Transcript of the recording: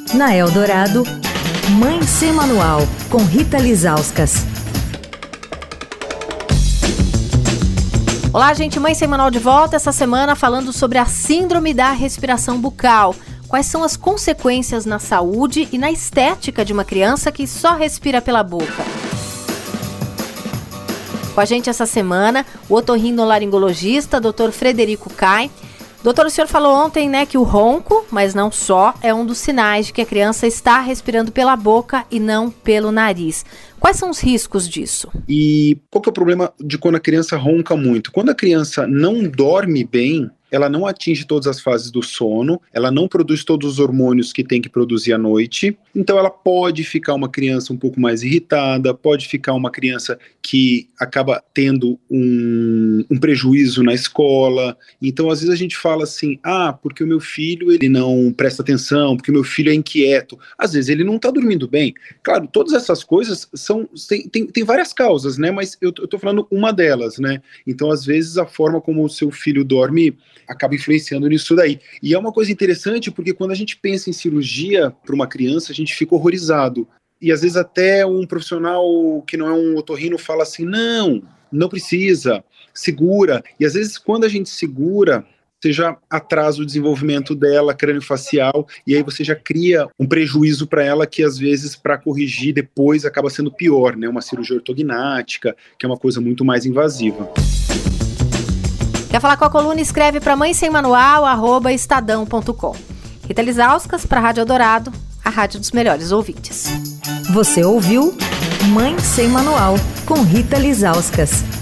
Na Eldorado, Mãe Sem Manual, com Rita Lizauskas. Olá, gente, Mãe Sem Manual de volta essa semana falando sobre a síndrome da respiração bucal. Quais são as consequências na saúde e na estética de uma criança que só respira pela boca? Com a gente essa semana, o otorrinolaringologista, Dr. Frederico Cai. Doutor, o senhor falou ontem, que o ronco, mas não só, é um dos sinais de que a criança está respirando pela boca e não pelo nariz. Quais são os riscos disso? E qual que é o problema de quando a criança ronca muito? Quando a criança não dorme bem, ela não atinge todas as fases do sono, ela não produz todos os hormônios que tem que produzir à noite, então ela pode ficar uma criança um pouco mais irritada, pode ficar uma criança que acaba tendo um prejuízo na escola. Então às vezes a gente fala assim, porque o meu filho ele não presta atenção, porque o meu filho é inquieto. Às vezes ele não está dormindo bem. Claro, todas essas coisas tem várias causas, mas eu tô falando uma delas, Então às vezes a forma como o seu filho dorme acaba influenciando nisso daí. E é uma coisa interessante porque quando a gente pensa em cirurgia para uma criança, a gente fica horrorizado. E às vezes até um profissional que não é um otorrino fala assim, não precisa, segura. E às vezes quando a gente segura, você já atrasa o desenvolvimento dela, crâniofacial, e aí você já cria um prejuízo para ela que às vezes para corrigir depois acaba sendo pior, Uma cirurgia ortognática, que é uma coisa muito mais invasiva. Quer falar com a coluna? Escreve para mãesemmanual@estadão.com. Rita Lizauskas para a Rádio Eldorado, a rádio dos melhores ouvintes. Você ouviu Mãe Sem Manual, com Rita Lizauskas.